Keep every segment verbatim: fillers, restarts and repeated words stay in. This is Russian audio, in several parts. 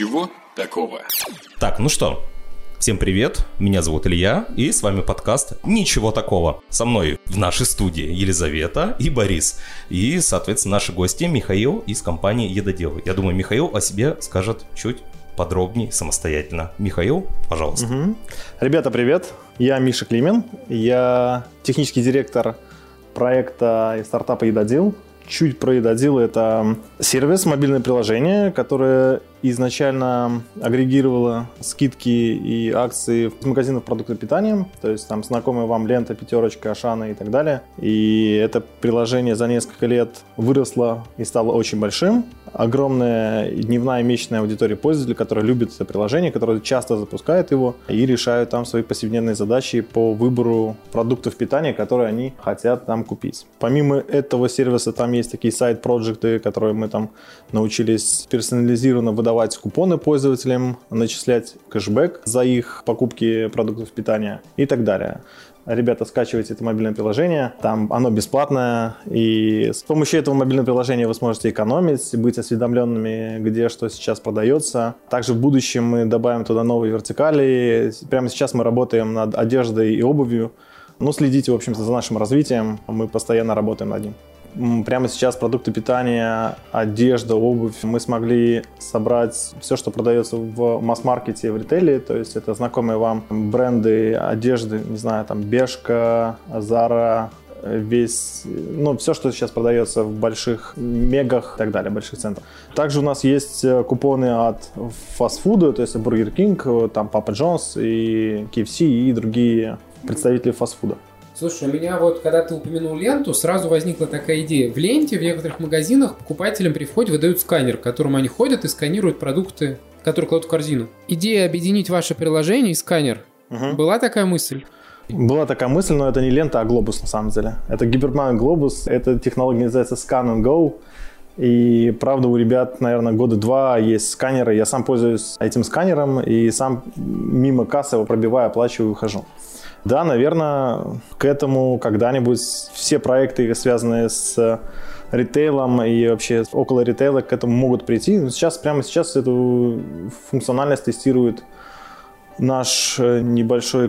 Ничего такого. Так, ну что, всем привет, меня зовут Илья, и с вами подкаст «Ничего такого». Со мной в нашей студии Елизавета и Борис, и, соответственно, наши гости Михаил из компании «Едоделы». Я думаю, Михаил о себе скажет чуть подробнее, самостоятельно. Михаил, пожалуйста. Угу. Ребята, привет, я Миша Климин, я технический директор проекта и стартапа «Едодел». Чуть про «Едодел» — это сервис, мобильное приложение, которое изначально агрегировало скидки и акции в магазинах продуктов питания, то есть там знакомая вам лента, пятерочка, Ашана и так далее. И это приложение за несколько лет выросло и стало очень большим. Огромная дневная и месячная аудитория пользователей, которые любят это приложение, которые часто запускают его и решают там свои повседневные задачи по выбору продуктов питания, которые они хотят там купить. Помимо этого сервиса там есть такие сайт-проекты, которые мы там научились персонализированно выдавать купоны пользователям, начислять кэшбэк за их покупки продуктов питания и так далее. Ребята, скачивайте это мобильное приложение, там оно бесплатное, и с помощью этого мобильного приложения вы сможете экономить, быть осведомленными, где что сейчас продается. Также в будущем мы добавим туда новые вертикали. Прямо сейчас мы работаем над одеждой и обувью. Ну, следите, в общем-то, за нашим развитием, мы постоянно работаем над ним. Прямо сейчас продукты питания, одежда, обувь. Мы смогли собрать все, что продается в масс-маркете, в ритейле. То есть это знакомые вам бренды одежды, не знаю, там Бершка, Zara, весь, ну, все, что сейчас продается в больших мегах и так далее, больших центрах. Также у нас есть купоны от фастфуда, то есть Burger King, там Papa John's и кей эф си и другие представители фастфуда. Слушай, у меня вот, когда ты упомянул ленту, сразу возникла такая идея. В ленте в некоторых магазинах покупателям при входе выдают сканер, к которому они ходят и сканируют продукты, которые кладут в корзину. Идея объединить ваше приложение и сканер. Угу. Была такая мысль? Была такая мысль, но это не лента, а глобус на самом деле. Это гипермаркет глобус, эта технология называется Scan and Go. И правда у ребят, наверное, года два есть сканеры. Я сам пользуюсь этим сканером и сам мимо кассы его пробиваю, оплачиваю и ухожу. Да, наверное, к этому когда-нибудь все проекты, связанные с ритейлом и вообще около ритейла, к этому могут прийти. Но сейчас, прямо сейчас эту функциональность тестирует наш небольшой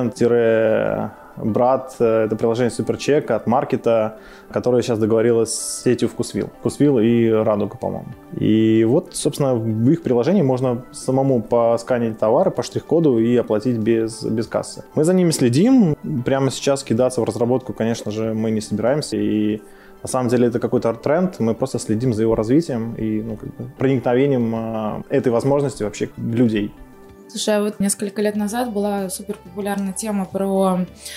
конкурент-брат. Это приложение Суперчек от Маркета, которое сейчас договорилось с сетью Вкусвилл. Вкусвилл и Радуга, по-моему. И вот, собственно, в их приложении можно самому посканить товары по штрих-коду и оплатить без, без кассы. Мы за ними следим. Прямо сейчас кидаться в разработку, конечно же, мы не собираемся. И на самом деле это какой-то тренд. Мы просто следим за его развитием и ну, как бы проникновением этой возможности вообще людей. Слушай, а вот несколько лет назад была супер популярная тема про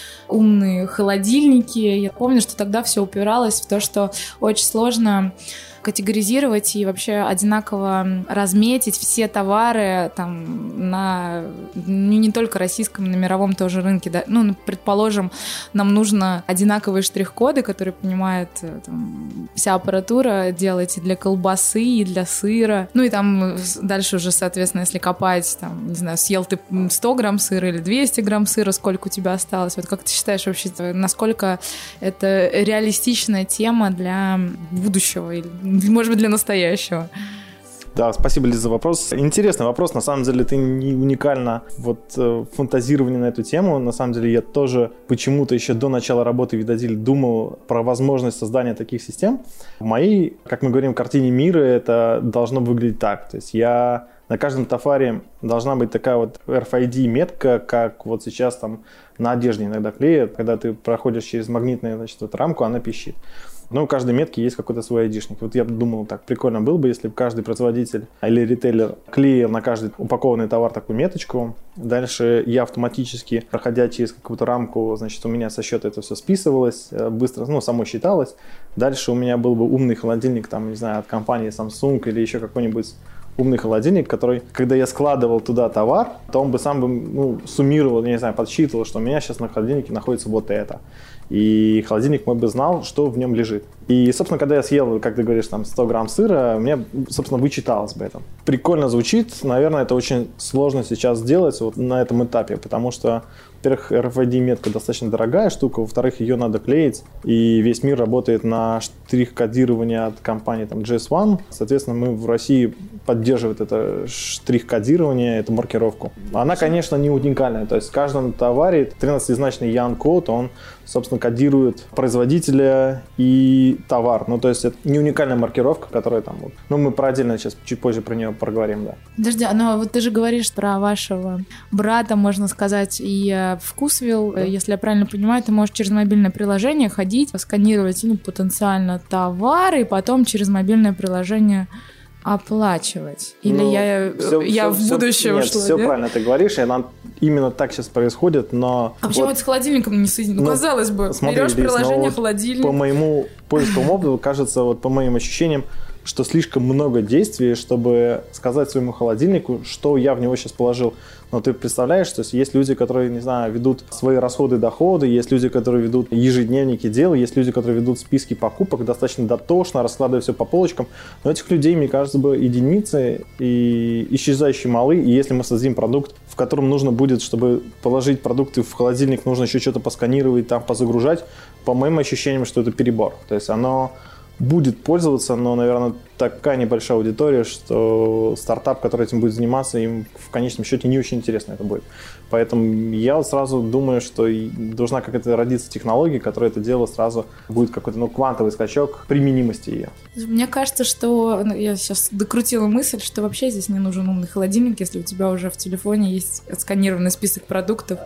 умные холодильники. Я помню, что тогда все упиралось в то, что очень сложно категоризировать и вообще одинаково разметить все товары там на не, не только российском, на мировом тоже рынке. Да? Ну, предположим, нам нужно одинаковые штрих-коды, которые понимает там, вся аппаратура делать и для колбасы, и для сыра. Ну и там дальше уже, соответственно, если копать, там, не знаю, съел ты сто грамм сыра или двести грамм сыра, сколько у тебя осталось. Вот как ты считаешь вообще, насколько это реалистичная тема для будущего или может быть, для настоящего? Да, спасибо, Лиза, за вопрос. Интересный вопрос. На самом деле, ты не уникально вот э, фантазирование на эту тему. На самом деле, я тоже почему-то еще до начала работы в Едоделе думал про возможность создания таких систем. В моей, как мы говорим, картине мира это должно выглядеть так. То есть я на каждом товаре должна быть такая вот эр эф ай ди-метка, как вот сейчас там на одежде иногда клеят. Когда ты проходишь через магнитную, значит, эту рамку, она пищит. Но у каждой метки есть какой-то свой айдишник. Вот я думал, так прикольно было бы, если бы каждый производитель или ритейлер клеил на каждый упакованный товар такую меточку. Дальше я автоматически, проходя через какую-то рамку, значит, у меня со счета это все списывалось, быстро, ну, само считалось. Дальше у меня был бы умный холодильник, там, не знаю, от компании Samsung или еще какой-нибудь умный холодильник, который, когда я складывал туда товар, то он бы сам бы, ну, суммировал, не знаю, подсчитывал, что у меня сейчас на холодильнике находится вот это. И холодильник мой бы знал, что в нем лежит. И, собственно, когда я съел, как ты говоришь, там сто грамм сыра, мне, собственно, вычиталось бы это. Прикольно звучит. Наверное, это очень сложно сейчас сделать вот на этом этапе, потому что во-первых, эр эф ай ди-метка достаточно дорогая штука, во-вторых, ее надо клеить, и весь мир работает на штрих-кодирование от компании там, джей эс один. Соответственно, мы в России поддерживаем это штрих-кодирование, эту маркировку. Она, конечно, не уникальная, то есть в каждом товаре тринадцатизначный ян-код, он, собственно, кодирует производителя и товар. Ну, то есть это не уникальная маркировка, которая там... Вот, ну, мы про отдельно сейчас чуть позже про нее проговорим, да. Подожди, но вот ты же говоришь про вашего брата, можно сказать, и Вкусвилл, да. Если я правильно понимаю, ты можешь через мобильное приложение ходить, сканировать, ну, потенциально товары, и потом через мобильное приложение оплачивать. Или ну, я, все, я все, в будущее нет, ушла, все да? правильно ты говоришь, и она, именно так сейчас происходит, но... А почему вот, это с холодильником не соединено? Ну, казалось бы, смотри, берешь Лиз, приложение вот холодильник. По моему поисковому опыту, кажется, вот по моим ощущениям, что слишком много действий, чтобы сказать своему холодильнику, что я в него сейчас положил. Но ты представляешь, что есть люди, которые, не знаю, ведут свои расходы, доходы, есть люди, которые ведут ежедневники дел, есть люди, которые ведут списки покупок достаточно дотошно, раскладывая все по полочкам. Но этих людей, мне кажется, бы единицы и исчезающие малы. И если мы создадим продукт, в котором нужно будет, чтобы положить продукты в холодильник, нужно еще что-то посканировать, там позагружать, по моим ощущениям, что это перебор. То есть оно будет пользоваться, но, наверное, такая небольшая аудитория, что стартап, который этим будет заниматься, им в конечном счете не очень интересно это будет. Поэтому я вот сразу думаю, что должна какая-то родиться технология, которая это дело сразу будет какой-то, ну, квантовый скачок применимости ее. Мне кажется, что ну, я сейчас докрутила мысль, что вообще здесь не нужен умный холодильник, если у тебя уже в телефоне есть отсканированный список продуктов.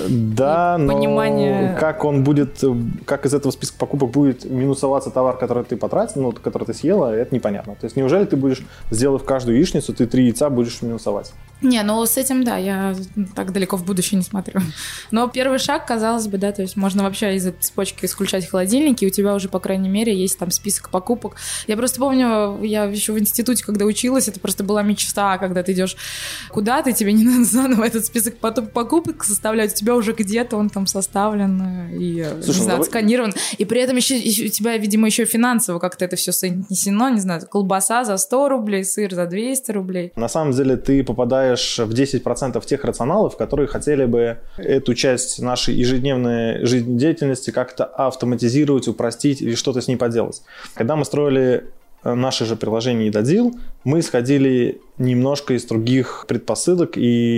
Да, но понимание... как он будет, как из этого списка покупок будет минусоваться товар, который ты потратил, ну, который ты съела, это непонятно. То есть неужели ты будешь, сделав каждую яичницу, ты три яйца будешь минусовать? Не, ну с этим, да, я так далеко в будущее не смотрю. Но первый шаг, казалось бы, да, то есть можно вообще из этой цепочки исключать холодильники, и у тебя уже, по крайней мере, есть там список покупок. Я просто помню, я еще в институте, когда училась, это просто была мечта, когда ты идешь куда-то, тебе не надо заново этот список покупок составлять, у тебя уже где-то он там составлен и, Слушай, не знаю, давай... отсканирован. И при этом еще, еще у тебя, видимо, еще финансово как-то это все соотнесено, не знаю, колбаса за сто рублей, сыр за двести рублей. На самом деле ты попадаешь в десять процентов тех рационалов, которые хотели бы эту часть нашей ежедневной жизнедеятельности как-то автоматизировать, упростить или что-то с ней поделать. Когда мы строили наше же приложение Едодил, мы исходили немножко из других предпосылок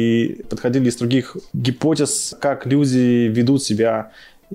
и подходили из других гипотез, как люди ведут себя.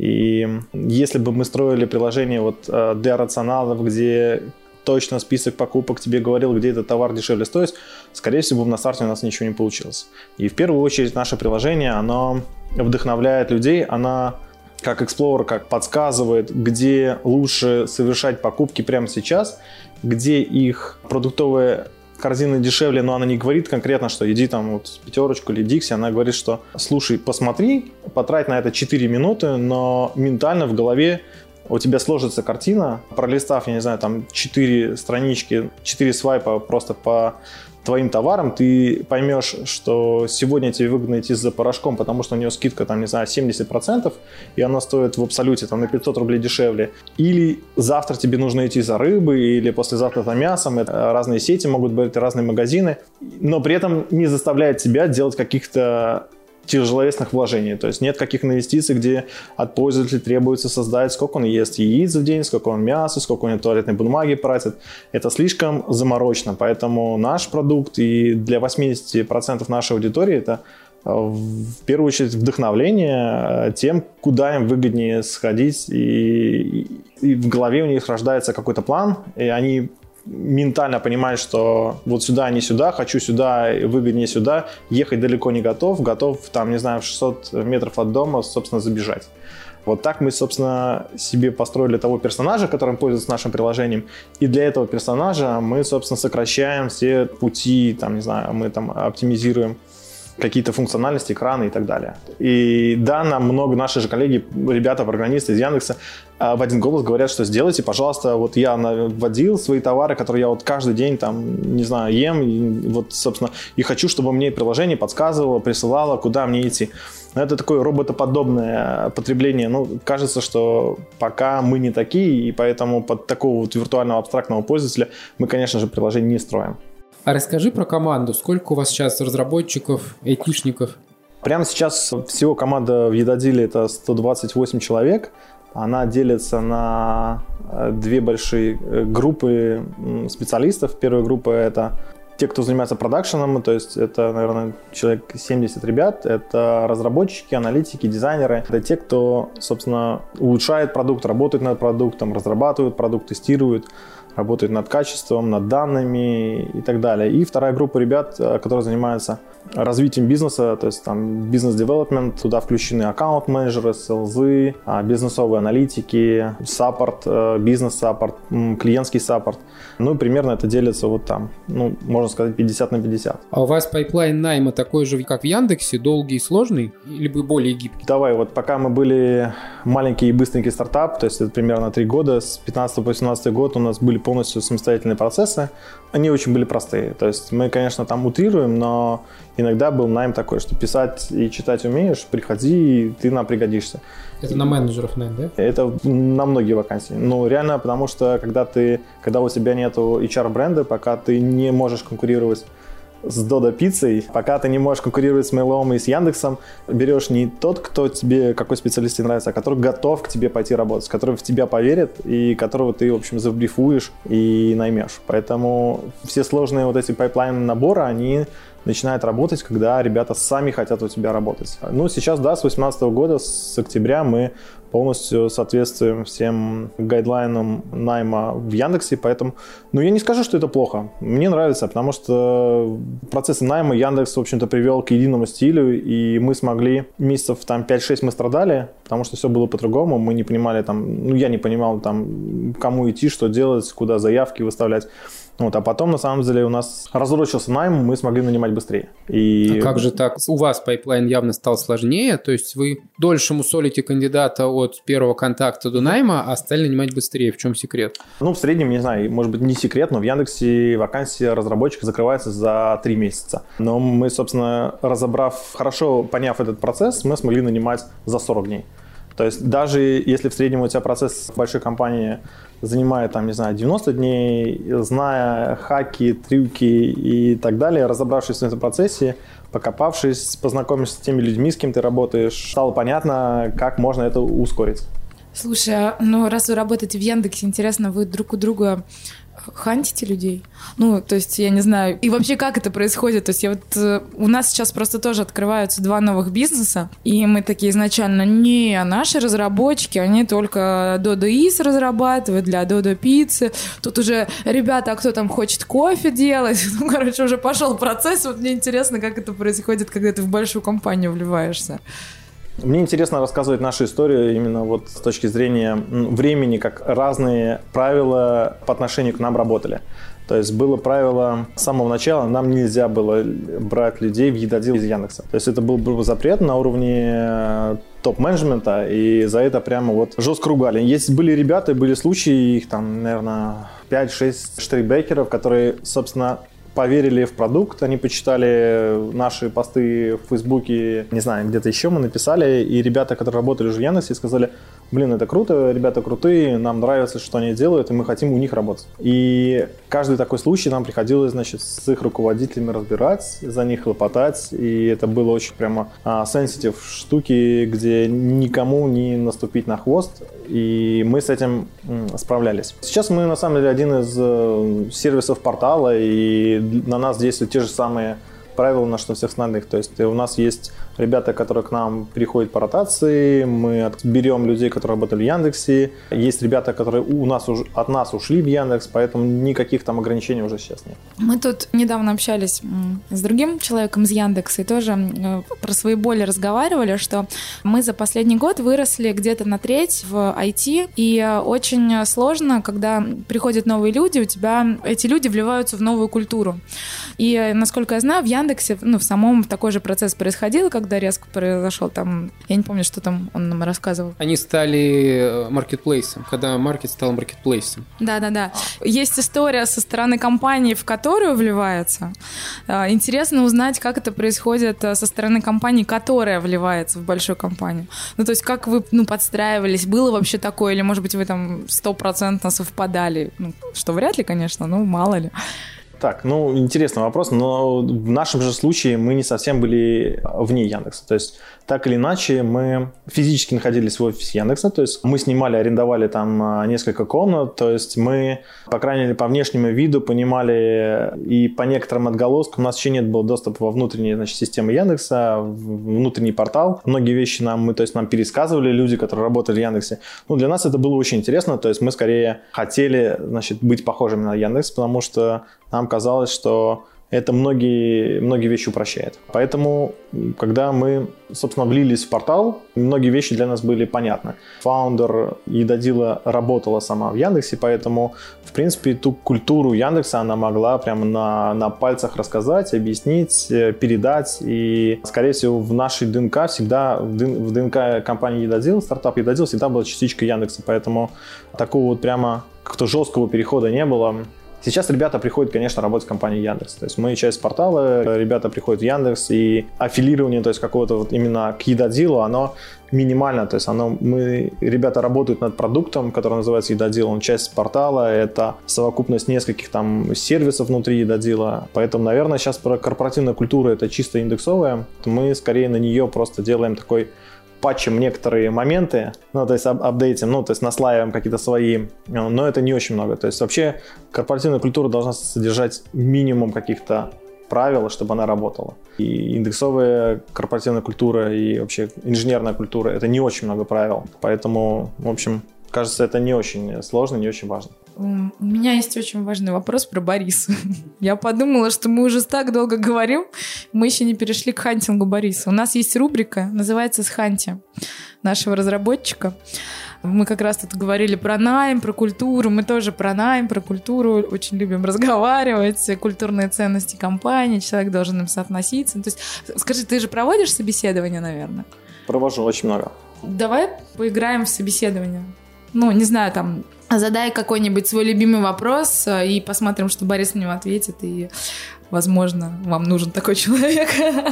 И если бы мы строили приложение вот для рационалов, где точно список покупок тебе говорил, где этот товар дешевле стоит, скорее всего, на старте у нас ничего не получилось. И в первую очередь наше приложение, оно вдохновляет людей, оно как Explorer, как подсказывает, где лучше совершать покупки прямо сейчас, где их продуктовая корзина дешевле, но она не говорит конкретно, что иди там вот пятерочку или Dixie, она говорит, что слушай, посмотри, потрать на это четыре минуты, но ментально в голове у тебя сложится картина, пролистав, я не знаю, там четыре странички, четыре свайпа просто по твоим товарам, ты поймешь, что сегодня тебе выгодно идти за порошком, потому что у него скидка, там, не знаю, семьдесят процентов, и она стоит в абсолюте там, на пятьсот рублей дешевле. Или завтра тебе нужно идти за рыбой, или послезавтра за мясом. Это разные сети могут быть, разные магазины, но при этом не заставляет тебя делать каких-то тяжеловесных вложений. То есть нет каких инвестиций, где от пользователя требуется создать, сколько он ест яиц в день, сколько он мяса, сколько он туалетной бумаги тратит. Это слишком заморочно. Поэтому наш продукт и для восемьдесят процентов нашей аудитории это в первую очередь вдохновление тем, куда им выгоднее сходить. И, и в голове у них рождается какой-то план, и они ментально понимает, что вот сюда, а не сюда, хочу сюда, выгоднее сюда, ехать далеко не готов, готов, там, не знаю, в шестьсот метров от дома, собственно, забежать. Вот так мы, собственно, себе построили того персонажа, которым пользуется нашим приложением, и для этого персонажа мы, собственно, сокращаем все пути, там, не знаю, мы там оптимизируем какие-то функциональности, экраны и так далее. И да, нам много наши же коллеги, ребята, программисты из Яндекса в один голос говорят, что сделайте, пожалуйста, вот я вводил свои товары, которые я вот каждый день там, не знаю, ем, и вот, собственно, и хочу, чтобы мне приложение подсказывало, присылало, куда мне идти. Но это такое роботоподобное потребление. Ну, кажется, что пока мы не такие, и поэтому под такого вот виртуального абстрактного пользователя мы, конечно же, приложение не строим. А расскажи про команду. Сколько у вас сейчас разработчиков, айтишников? Прямо сейчас всего команда в Едодиле это сто двадцать восемь человек. Она делится на две большие группы специалистов. Первая группа – это те, кто занимается продакшеном, то есть это, наверное, человек семьдесят ребят. Это разработчики, аналитики, дизайнеры. Это те, кто, собственно, улучшает продукт, работает над продуктом, разрабатывает продукт, тестирует, работает над качеством, над данными и так далее. И вторая группа ребят, которые занимаются развитием бизнеса, то есть там бизнес-девелопмент, туда включены аккаунт-менеджеры, селзы, бизнесовые аналитики, саппорт, бизнес-саппорт, клиентский саппорт. Ну, примерно это делится вот там, ну, можно сказать, пятьдесят на пятьдесят. А у вас пайплайн найма такой же, как в Яндексе, долгий и сложный, либо более гибкий? Давай, вот пока мы были маленький и быстренький стартап, то есть это примерно три года, с пятнадцатого по семнадцатый год у нас были полностью самостоятельные процессы. Они очень были простые. То есть мы, конечно, там утрируем, но иногда был найм такой, что писать и читать умеешь, приходи, и ты нам пригодишься. Это на менеджеров найм, да? Это на многие вакансии. Ну, реально, потому что когда ты, когда у тебя нету эйч ар-бренда, пока ты не можешь конкурировать с Додо Пиццей, пока ты не можешь конкурировать с Mail.ru и с Яндексом, берешь не тот, кто тебе, какой специалист тебе нравится, а который готов к тебе пойти работать, который в тебя поверит и которого ты, в общем, забрифуешь и наймешь. Поэтому все сложные вот эти пайплайны набора, они начинают работать, когда ребята сами хотят у тебя работать. Ну, сейчас, да, с две тысячи восемнадцатого года, с октября мы полностью соответствуем всем гайдлайнам найма в Яндексе, поэтому, ну, я не скажу, что это плохо. Мне нравится, потому что процессы найма Яндекс, в общем-то, привел к единому стилю, и мы смогли, месяцев там пять-шесть мы страдали, потому что все было по-другому, мы не понимали там, ну, я не понимал там, кому идти, что делать, куда заявки выставлять. Вот, а потом, на самом деле, у нас разрочился найм, мы смогли нанимать быстрее. И... А как же так? У вас пайплайн явно стал сложнее, то есть вы дольше мусолите кандидата от первого контакта до найма, а стали нанимать быстрее. В чем секрет? Ну, в среднем, не знаю, может быть, не секрет, но в Яндексе вакансия разработчика закрывается за три месяца. Но мы, собственно, разобрав, хорошо поняв этот процесс, мы смогли нанимать за сорок дней. То есть даже если в среднем у тебя процесс в большой компании занимает, там, не знаю, девяносто дней, зная хаки, трюки и так далее, разобравшись в этом процессе, покопавшись, познакомившись с теми людьми, с кем ты работаешь, стало понятно, как можно это ускорить. Слушай, ну раз вы работаете в Яндексе, интересно, вы друг у друга хантите людей? Ну, то есть, я не знаю. И вообще, как это происходит? То есть, я вот... У нас сейчас просто тоже открываются два новых бизнеса, и мы такие изначально, не, наши разработчики, они только Dodo Is разрабатывают для Dodo Pizza. Тут уже, ребята, а кто там хочет кофе делать? Ну, короче, уже пошел процесс. Вот мне интересно, как это происходит, когда ты в большую компанию вливаешься. Мне интересно рассказывать нашу историю именно вот с точки зрения времени, как разные правила по отношению к нам работали. То есть было правило с самого начала, нам нельзя было брать людей в Едодил из Яндекса. То есть это был, был запрет на уровне топ-менеджмента, и за это прямо вот жестко ругали. Есть были ребята, были случаи, их там, наверное, пять-шесть штрейкбрекеров, которые, собственно, поверили в продукт, они почитали наши посты в Фейсбуке, не знаю, где-то еще мы написали, и ребята, которые работали уже в Яндексе, сказали, блин, это круто, ребята крутые, нам нравится, что они делают, и мы хотим у них работать. И каждый такой случай нам приходилось, значит, с их руководителями разбирать, за них хлопотать, и это было очень прямо сенситив а, штуки, где никому не наступить на хвост, и мы с этим м, справлялись. Сейчас мы, на самом деле, один из э, сервисов портала, и на нас действуют те же самые правила, на что всех остальных. То есть у нас есть ребята, которые к нам приходят по ротации, мы берем людей, которые работали в Яндексе, есть ребята, которые у нас уже, от нас ушли в Яндекс, поэтому никаких там ограничений уже сейчас нет. Мы тут недавно общались с другим человеком из Яндекса и тоже про свои боли разговаривали, что мы за последний год выросли где-то на треть в ай ти, и очень сложно, когда приходят новые люди, у тебя эти люди вливаются в новую культуру. И, насколько я знаю, в Яндексе, ну, в самом такой же процесс происходил, когда резко произошел там, я не помню, что там он нам рассказывал. Они стали маркетплейсом, когда маркет стал маркетплейсом. Да-да-да. Есть история со стороны компании, в которую вливается. Интересно узнать, как это происходит со стороны компании, которая вливается в большую компанию. Ну, то есть, как вы, ну, подстраивались, было вообще такое, или, может быть, вы там стопроцентно совпадали? Ну, что вряд ли, конечно, но мало ли. Так, ну, интересный вопрос, но в нашем же случае мы не совсем были вне Яндекса. То есть, так или иначе, мы физически находились в офисе Яндекса, то есть мы снимали, арендовали там несколько комнат, то есть мы, по крайней мере, по внешнему виду понимали и по некоторым отголоскам, у нас еще нет было доступа во внутренние, значит, системы Яндекса, в внутренний портал. Многие вещи нам, мы, то есть, нам пересказывали люди, которые работали в Яндексе. Ну, для нас это было очень интересно, то есть мы скорее хотели, значит, быть похожими на Яндекс, потому что нам казалось, что это многие, многие вещи упрощает. Поэтому, когда мы, собственно, влились в портал, многие вещи для нас были понятны. Фаундер Едодила работала сама в Яндексе, поэтому, в принципе, ту культуру Яндекса она могла прямо на, на пальцах рассказать, объяснить, передать. И, скорее всего, в нашей ДНК всегда, в ДНК компании Едодил, стартап Едодил всегда была частичка Яндекса, поэтому такого вот прямо как-то жесткого перехода не было. Сейчас ребята приходят, конечно, работать в компании Яндекс. То есть мы часть портала, ребята приходят в Яндекс, и аффилирование, то есть какого-то вот именно к Едодилу, оно минимально. То есть оно, мы, ребята работают над продуктом, который называется Едодил, он часть портала, это совокупность нескольких там сервисов внутри Едодила. Поэтому, наверное, сейчас про корпоративную культуру это чисто индексовая. Мы скорее на нее просто делаем такой патчим некоторые моменты, ну, то есть апдейтим, ну, то есть наслаиваем какие-то свои, но это не очень много. То есть вообще корпоративная культура должна содержать минимум каких-то правил, чтобы она работала. И индексовая корпоративная культура и вообще инженерная культура — это не очень много правил. Поэтому, в общем, кажется, это не очень сложно, не очень важно. У меня есть очень важный вопрос про Бориса. Я подумала, что мы уже так долго говорим, мы еще не перешли к хантингу Бориса. У нас есть рубрика, называется «Сханти», нашего разработчика. Мы как раз тут говорили про найм, про культуру. Мы тоже про найм, про культуру очень любим разговаривать. Культурные ценности компании, человек должен им соотноситься. То есть, скажи, ты же проводишь собеседование, наверное? Провожу очень много. Давай поиграем в собеседование. Ну, не знаю, там, задай какой-нибудь свой любимый вопрос и посмотрим, что Борис на него ответит. И, возможно, вам нужен такой человек.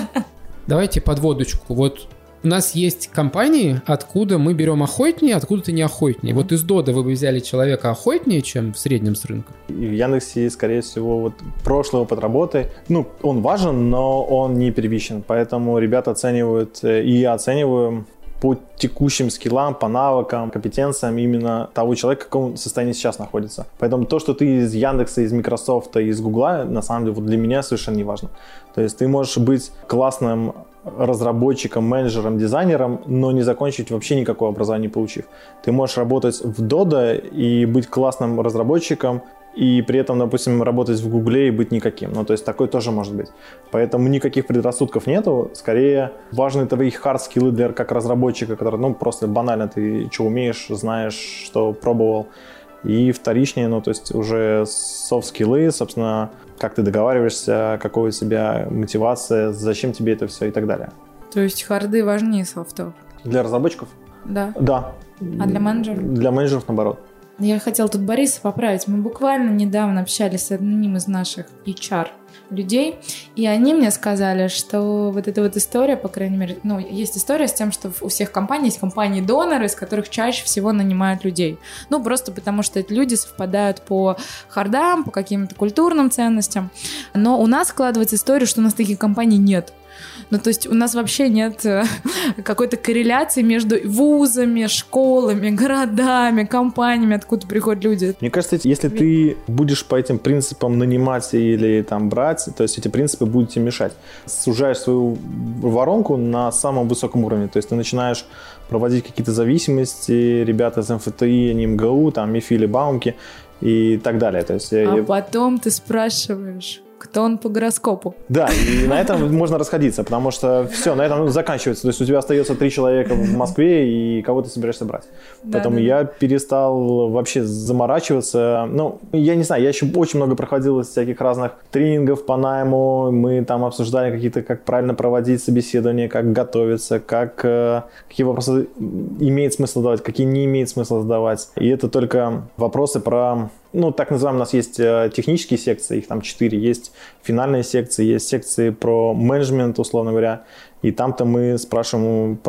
Давайте подводочку. Вот у нас есть компании, откуда мы берем охотнее, откуда-то не охотнее. Вот из Дода вы бы взяли человека охотнее, чем в среднем с рынка? И в Яндексе, скорее всего, вот прошлый опыт работы, ну, он важен, но он не первичен. Поэтому ребята оценивают, и я оцениваю по текущим скиллам, по навыкам, компетенциям именно того человека, в каком состоянии сейчас находится. Поэтому то, что ты из Яндекса, из Microsoft, из Гугла, на самом деле вот для меня совершенно не важно. То есть ты можешь быть классным разработчиком, менеджером, дизайнером, но не закончить вообще никакого образования не получив. Ты можешь работать в Dodo и быть классным разработчиком, и при этом, допустим, работать в Гугле и быть никаким. Ну, то есть такое тоже может быть. Поэтому никаких предрассудков нету. Скорее, важны твои хард-скиллы для как разработчика, который, ну, просто банально ты что умеешь, знаешь, что пробовал. И вторичнее, ну, то есть уже софт-скиллы, собственно, как ты договариваешься, какая у тебя мотивация, зачем тебе это все и так далее. То есть харды важнее софтов? Для разработчиков? Да. Да. А для менеджеров? Для менеджеров, наоборот. Я хотела тут Бориса поправить. Мы буквально недавно общались с одним из наших эйч ар людей, и они мне сказали, что вот эта вот история, по крайней мере, ну, есть история с тем, что у всех компаний есть компании-доноры, из которых чаще всего нанимают людей. Ну, просто потому что эти люди совпадают по хардам, по каким-то культурным ценностям. Но у нас складывается история, что у нас таких компаний нет. Ну, то есть у нас вообще нет какой-то корреляции между вузами, школами, городами, компаниями, откуда приходят люди. Мне кажется, если ты будешь по этим принципам нанимать или там брать, то есть эти принципы будут тебе мешать. Сужаешь свою воронку на самом высоком уровне, то есть ты начинаешь проводить какие-то зависимости, ребята из эм эф тэ и, эм гэ у, там, МИФИ, Баумки и так далее. То есть, а я... потом ты спрашиваешь... Кто он по гороскопу. Да, и на этом можно расходиться, потому что все, на этом заканчивается. То есть у тебя остается три человека в Москве, и кого ты собираешься брать. Да, Поэтому да. я перестал вообще заморачиваться. Ну, я не знаю, я еще очень много проходил всяких разных тренингов по найму. Мы там обсуждали какие-то, как правильно проводить собеседование, как готовиться, как, какие вопросы имеет смысл задавать, какие не имеет смысла задавать. И это только вопросы про... Ну, так называемые, у нас есть технические секции, их там четыре, есть финальные секции, есть секции про менеджмент, условно говоря, и там-то мы спрашиваем про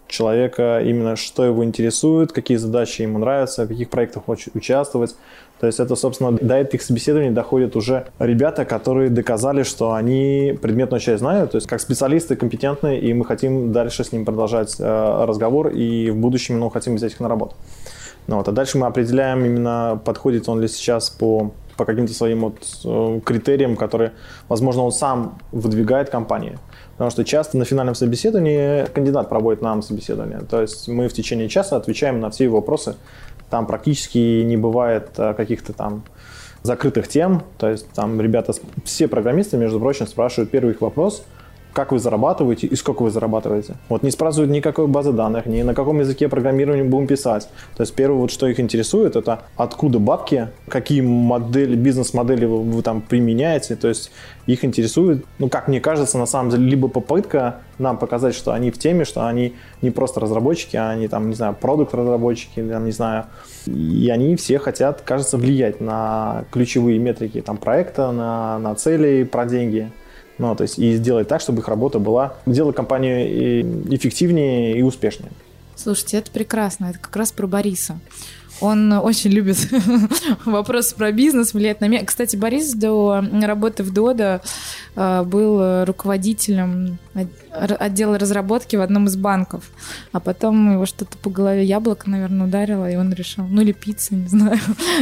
человека именно, что его интересует, какие задачи ему нравятся, в каких проектах хочет участвовать. То есть это, собственно, до этих собеседований доходят уже ребята, которые доказали, что они предметную часть знают, то есть как специалисты компетентные, и мы хотим дальше с ним продолжать э, разговор, и в будущем, ну, хотим взять их на работу. Ну, вот. А дальше мы определяем именно, подходит он ли сейчас по, по каким-то своим вот, э, критериям, которые, возможно, он сам выдвигает компании. Потому что часто на финальном собеседовании кандидат проводит нам собеседование. То есть мы в течение часа отвечаем на все его вопросы. Там практически не бывает каких-то там закрытых тем. То есть там ребята, все программисты, между прочим, спрашивают первый их вопрос: как вы зарабатываете и сколько вы зарабатываете. Вот не спрашивают никакой базы данных, ни на каком языке программирования будем писать. То есть первое, вот, что их интересует, это откуда бабки, какие модели, бизнес-модели вы, вы там применяете. То есть их интересует, ну, как мне кажется, на самом деле, либо попытка нам показать, что они в теме, что они не просто разработчики, а они там, не знаю, продукт-разработчики, или, там, не знаю. И они все хотят, кажется, влиять на ключевые метрики там, проекта, на, на цели, про деньги. Ну, то есть и сделать так, чтобы их работа была, делать компанию эффективнее и успешнее. Слушайте, это прекрасно. Это как раз про Бориса. Он очень любит вопросы про бизнес, влияет на меня. Кстати, Борис до работы в Dodo был руководителем отдела разработки в одном из банков. А потом его что-то по голове яблоко, наверное, ударило, и он решил, ну или пицца, не знаю.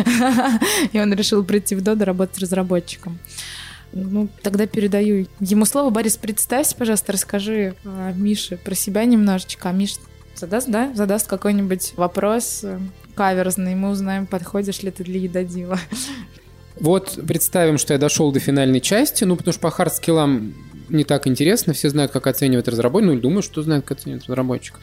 И он решил прийти в Dodo работать разработчиком. Ну, тогда передаю ему слово. Борис, представься, пожалуйста, расскажи Мише про себя немножечко. А Миша задаст, да? Задаст какой-нибудь вопрос каверзный, мы узнаем, подходишь ли ты для едодила. Вот представим, что я дошел до финальной части, ну, потому что по хардскиллам не так интересно, все знают, как оценивать разработчик, ну, или думают, что знают, как оценивать разработчик.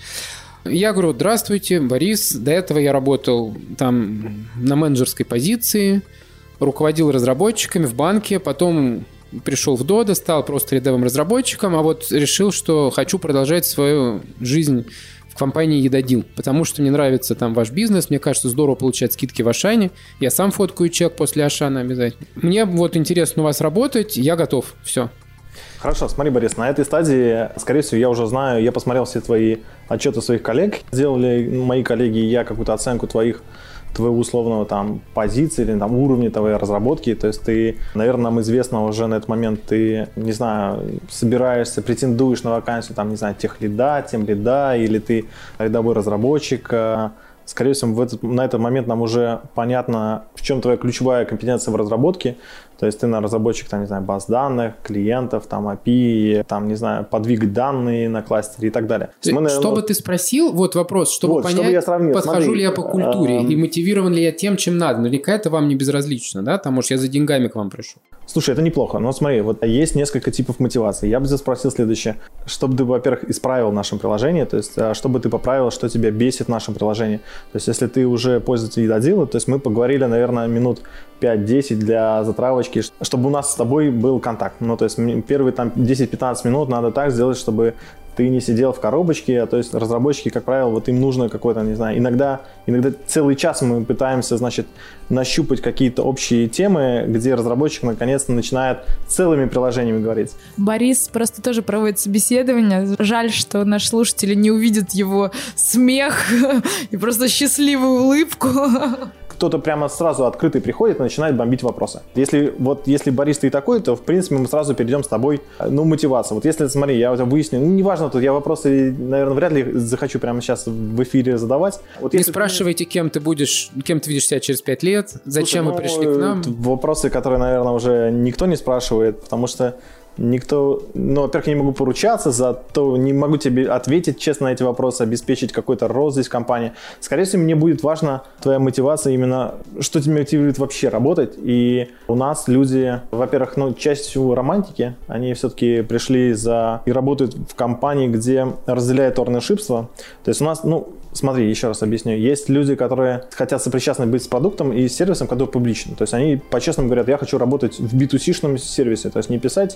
Я говорю: здравствуйте, Борис, до этого я работал там на менеджерской позиции, руководил разработчиками в банке, потом пришел в Dodo, стал просто рядовым разработчиком, а вот решил, что хочу продолжать свою жизнь в компании едодил, потому что мне нравится там ваш бизнес, мне кажется, здорово получать скидки в Ашане, я сам фоткаю чек после Ашана обязательно. Мне вот интересно у вас работать, я готов, все. Хорошо, смотри, Борис, на этой стадии, скорее всего, я уже знаю, я посмотрел все твои отчеты своих коллег, сделали мои коллеги, я какую-то оценку твоих твоего условного там позиции или там уровня твоей разработки, то есть ты, наверное, нам известно уже на этот момент, ты, не знаю, собираешься, претендуешь на вакансию, там, не знаю, техлида, темлида, или ты рядовой разработчик. Скорее всего, в этот, на этот момент нам уже понятно, в чем твоя ключевая компетенция в разработке. То есть ты на разработчик, там, не знаю, баз данных, клиентов, там, эй пи ай, там, не знаю, подвигать данные на кластере и так далее. Ты, мы, наверное, что бы ты спросил, вот вопрос, чтобы вот, понять, чтобы я сравнил, подхожу смотри, ли я по культуре а... и мотивирован ли я тем, чем надо. Наверняка это вам не безразлично, да? Там, может, я за деньгами к вам пришел. Слушай, это неплохо, но смотри, вот есть несколько типов мотивации. Я бы здесь спросил следующее. Чтобы ты, во-первых, исправил в нашем приложении, то есть чтобы ты поправил, что тебя бесит в нашем приложении. То есть если ты уже пользователь едодила, то есть мы поговорили, наверное, минут пять-десять для затравочки, чтобы у нас с тобой был контакт. Ну, то есть первые там десять-пятнадцать минут надо так сделать, чтобы ты не сидел в коробочке, то есть разработчики, как правило, вот им нужно какой-то, не знаю, иногда, иногда целый час мы пытаемся, значит, нащупать какие-то общие темы, где разработчик наконец-то начинает целыми приложениями говорить. Борис просто тоже проводит собеседование. Жаль, что наши слушатели не увидят его смех и просто счастливую улыбку. Кто-то прямо сразу открытый приходит и начинает бомбить вопросы. Если вот если Борис ты такой, то в принципе мы сразу перейдем с тобой, ну, мотивация. Вот если, смотри, я у тебя выясню, ну, неважно, тут я вопросы, наверное, вряд ли захочу прямо сейчас в эфире задавать. Вот не если спрашивайте, ты... кем ты будешь, кем ты видишь себя через пять лет, зачем Слушай, вы пришли ну, к нам. Вопросы, которые, наверное, уже никто не спрашивает, потому что никто, ну, во-первых, я не могу поручаться за то, не могу тебе ответить честно на эти вопросы, обеспечить какой-то рост здесь в компании. Скорее всего, мне будет важна твоя мотивация именно, что тебя мотивирует вообще работать. И у нас люди, во-первых, ну, частью романтики, они все-таки пришли за и работают в компании, где разделяют орнершипство. То есть у нас, ну, смотри, еще раз объясню. Есть люди, которые хотят сопричастны быть с продуктом и с сервисом, который публичен. То есть они по-честному говорят, я хочу работать в би ту си-шном сервисе, то есть не писать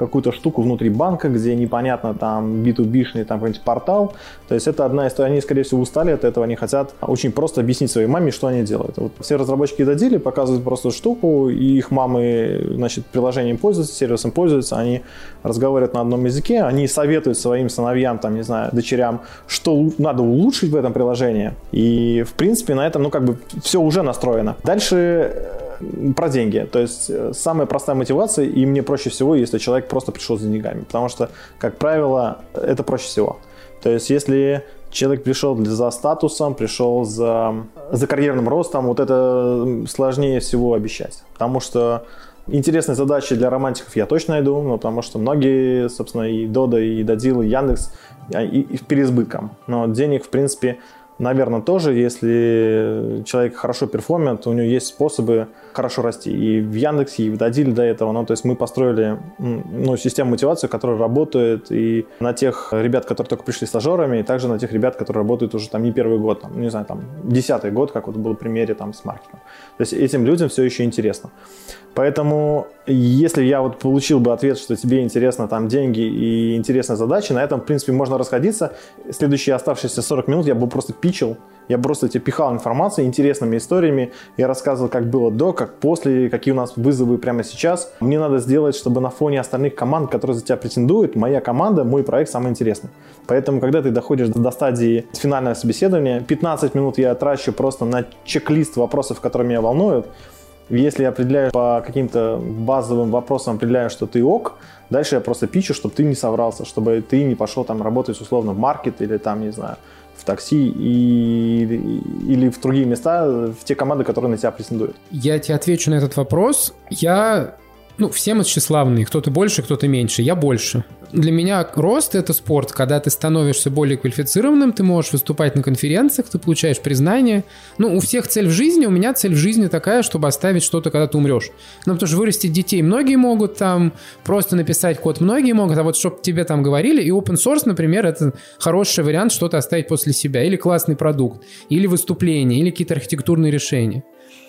какую-то штуку внутри банка, где непонятно там би ту би-шный там какой-нибудь портал. То есть это одна история. Они, скорее всего, устали от этого, они хотят очень просто объяснить своей маме, что они делают. Вот все разработчики додели, показывают просто штуку, и их мамы, значит, приложением пользуются, сервисом пользуются, они разговаривают на одном языке, они советуют своим сыновьям, там, не знаю, дочерям, что надо улучшить в этом приложении. И, в принципе, на этом, ну, как бы, все уже настроено. Дальше про деньги. То есть самая простая мотивация, и мне проще всего, если человек просто пришел за деньгами. Потому что, как правило, это проще всего. То есть если человек пришел за статусом, пришел за, за карьерным ростом, вот это сложнее всего обещать. Потому что интересные задачи для романтиков я точно найду, ну, потому что многие, собственно, и Дода, и Додил, и Яндекс, и, и в переизбытком. Но денег, в принципе, наверное, тоже, если человек хорошо перформит, у него есть способы хорошо расти. И в Яндексе, и в Додиле до этого. Ну, то есть мы построили ну, систему мотивации, которая работает и на тех ребят, которые только пришли стажерами, и также на тех ребят, которые работают уже там не первый год, там, не знаю, там десятый год, как вот был в примере там с маркетом. То есть этим людям все еще интересно. Поэтому, если я вот получил бы ответ, что тебе интересно там деньги и интересная задача, на этом, в принципе, можно расходиться. Следующие оставшиеся сорок минут я бы просто пичил, я просто тебе пихал информацией, интересными историями. Я рассказывал, как было до, как после, какие у нас вызовы прямо сейчас. Мне надо сделать, чтобы на фоне остальных команд, которые за тебя претендуют, моя команда, мой проект самый интересный. Поэтому, когда ты доходишь до стадии финального собеседования, пятнадцать минут я трачу просто на чек-лист вопросов, которые меня волнуют. Если я определяю по каким-то базовым вопросам, определяю, что ты ок, дальше я просто пичу, чтобы ты не соврался, чтобы ты не пошел там работать условно в маркет или там, не знаю, в такси и, или в другие места, в те команды, которые на тебя претендуют. Я тебе отвечу на этот вопрос. Я... Ну, все мы тщеславные. Кто-то больше, кто-то меньше. Я больше. Для меня рост – это спорт. Когда ты становишься более квалифицированным, ты можешь выступать на конференциях, ты получаешь признание. Ну, у всех цель в жизни. У меня цель в жизни такая, чтобы оставить что-то, когда ты умрешь. Ну, потому что вырастить детей многие могут там, просто написать код многие могут, а вот чтобы тебе там говорили. И open source, например, это хороший вариант что-то оставить после себя. Или классный продукт, или выступление, или какие-то архитектурные решения.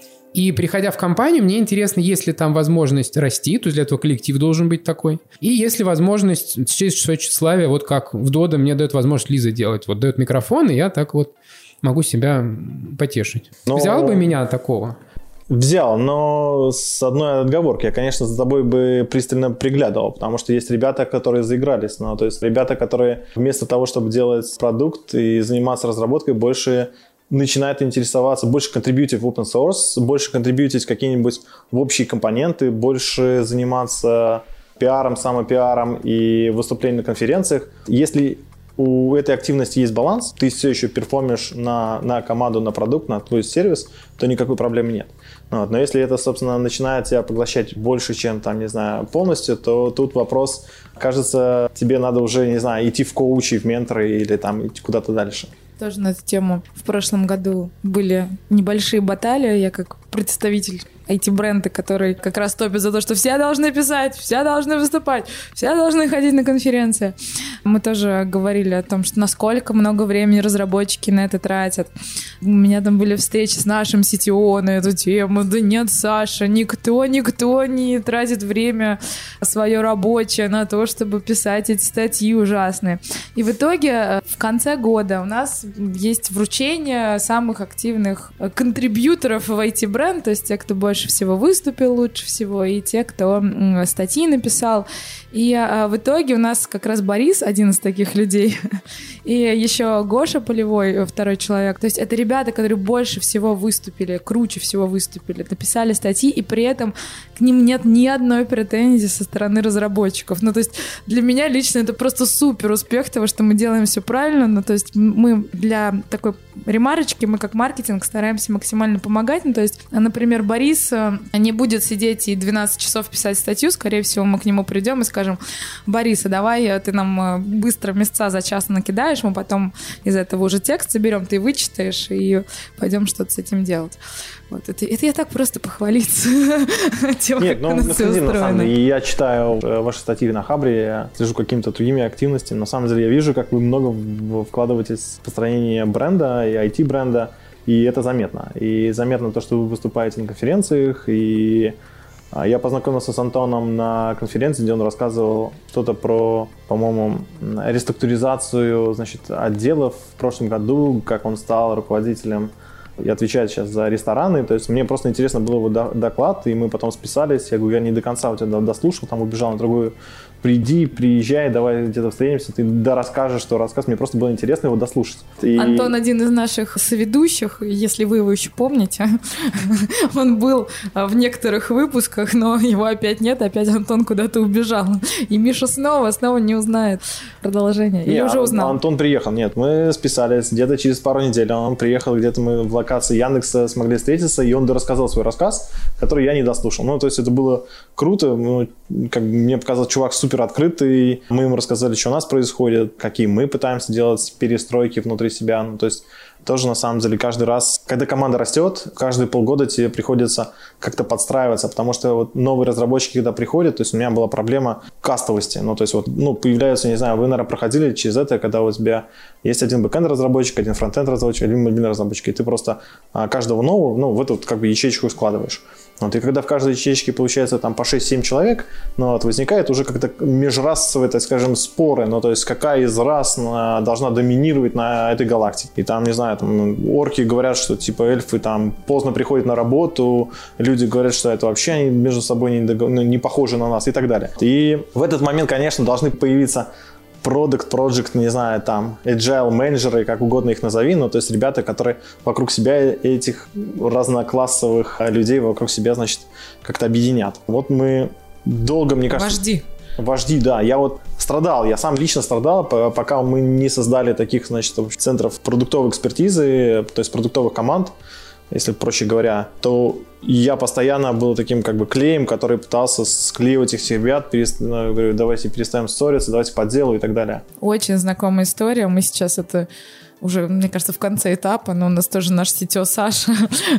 И приходя в компанию, мне интересно, есть ли там возможность расти, то есть для этого коллектив должен быть такой. И есть ли возможность через свое тщеславие, вот как в Дода мне дает возможность Лиза делать. Вот дает микрофон, и я так вот могу себя потешить. Но... Взял бы меня такого? Взял, но с одной отговоркой. Я, конечно, за тобой бы пристально приглядывал, потому что есть ребята, которые заигрались. Ну, то есть ребята, которые вместо того, чтобы делать продукт и заниматься разработкой, больше... начинает интересоваться, больше контрибьютить в open source, больше контрибьютить какие-нибудь в общие компоненты, больше заниматься пиаром, самопиаром и выступлением на конференциях. Если у этой активности есть баланс, ты все еще перформишь на, на команду, на продукт, на твой сервис, то никакой проблемы нет. Вот. Но если это, собственно, начинает тебя поглощать больше, чем, там, не знаю, полностью, то тут вопрос, кажется, тебе надо уже, не знаю, идти в коучи, в менторы или там идти куда-то дальше. Тоже на эту тему в прошлом году были небольшие баталии. Я как представитель ай ти-бренда, который как раз топит за то, что все должны писать, все должны выступать, все должны ходить на конференции. Мы тоже говорили о том, что насколько много времени разработчики на это тратят. У меня там были встречи с нашим си ти о на эту тему. Да нет, Саша, никто, никто не тратит время свое рабочее на то, чтобы писать эти статьи ужасные. И в итоге в конце года у нас есть вручение самых активных контрибьюторов в ай ти-бренд, то есть те, кто больше всего выступил лучше всего, и те, кто статьи написал. И а, в итоге у нас как раз Борис, один из таких людей, и еще Гоша Полевой, второй человек. То есть это ребята, которые больше всего выступили, круче всего выступили, написали статьи, и при этом к ним нет ни одной претензии со стороны разработчиков. Ну, то есть для меня лично это просто супер успех того, что мы делаем все правильно. Ну, то есть мы для такой ремарочки, мы как маркетинг стараемся максимально помогать. Ну, то есть, например, Борис не будет сидеть и двенадцать часов писать статью, скорее всего, мы к нему придем и скажем: Борис, а давай ты нам быстро места за час накидаешь, мы потом из этого уже текст соберем, ты вычитаешь и пойдем что-то с этим делать. Вот это, это я так просто похвалиться тем, Нет, как ну, у нас все на самом деле, устроено. я читаю ваши статьи на Хабре, я слежу какими-то другими активностями. На самом деле я вижу, как вы много вкладываетесь в построение бренда и ай ти-бренда, и это заметно. И заметно то, что вы выступаете на конференциях, и Я познакомился с Антоном на конференции, где он рассказывал что-то про, по-моему, реструктуризацию, значит, отделов в прошлом году, как он стал руководителем и отвечает сейчас за рестораны. То есть мне просто интересно был его доклад, и мы потом списались. Я говорю, я не до конца у тебя дослушал, там убежал на другую. Приди, приезжай, давай где-то встретимся, ты да расскажешь, что рассказ. Мне просто было интересно его дослушать. И... Антон один из наших соведущих, если вы его еще помните. Он был в некоторых выпусках, но его опять нет, опять Антон куда-то убежал. И Миша снова, снова не узнает продолжение. Или уже узнал? Антон приехал, нет, мы списались где-то через пару недель. Он приехал, где-то мы в локации Яндекса смогли встретиться, и он рассказал свой рассказ, который я не дослушал. Ну, то есть это было круто, ну, как мне показал чувак супер открытый. Мы ему рассказали, что у нас происходит, какие мы пытаемся делать перестройки внутри себя. Ну, то есть тоже, на самом деле, каждый раз, когда команда растет, каждые полгода тебе приходится как-то подстраиваться, потому что вот новые разработчики, когда приходят, то есть у меня была проблема кастовости. Ну, то есть вот, ну, появляются, не знаю, вы, наверное, проходили через это, когда у тебя есть один бэкэнд разработчик, один фронтенд разработчик, один мобильный разработчик, и ты просто каждого нового, ну, в эту вот, как бы ячейку складываешь. Вот, и когда в каждой ячейке получается там по шесть-семь человек, ну, вот, возникает уже как-то межрасовые, так скажем, споры, ну, то есть какая из рас на, должна доминировать на этой галактике. И там, не знаю, там орки говорят, что типа эльфы там поздно приходят на работу, люди говорят, что это вообще они между собой не, догов... не похожи на нас и так далее. И в этот момент, конечно, должны появиться продукт, проект, не знаю, там, agile менеджеры, как угодно их назови, но то есть ребята, которые вокруг себя этих разноклассовых людей вокруг себя, значит, как-то объединят. Вот мы долго, мне кажется... Вожди. Вожди, да. Я вот страдал, я сам лично страдал, пока мы не создали таких, значит, центров продуктовой экспертизы, то есть продуктовых команд, если проще говоря, то я постоянно был таким как бы клеем, который пытался склеивать этих ребят, перест... ну, говорю, давайте перестанем ссориться, давайте по делу и так далее. Очень знакомая история, мы сейчас это... уже, мне кажется, в конце этапа, но у нас тоже наш сетё Саша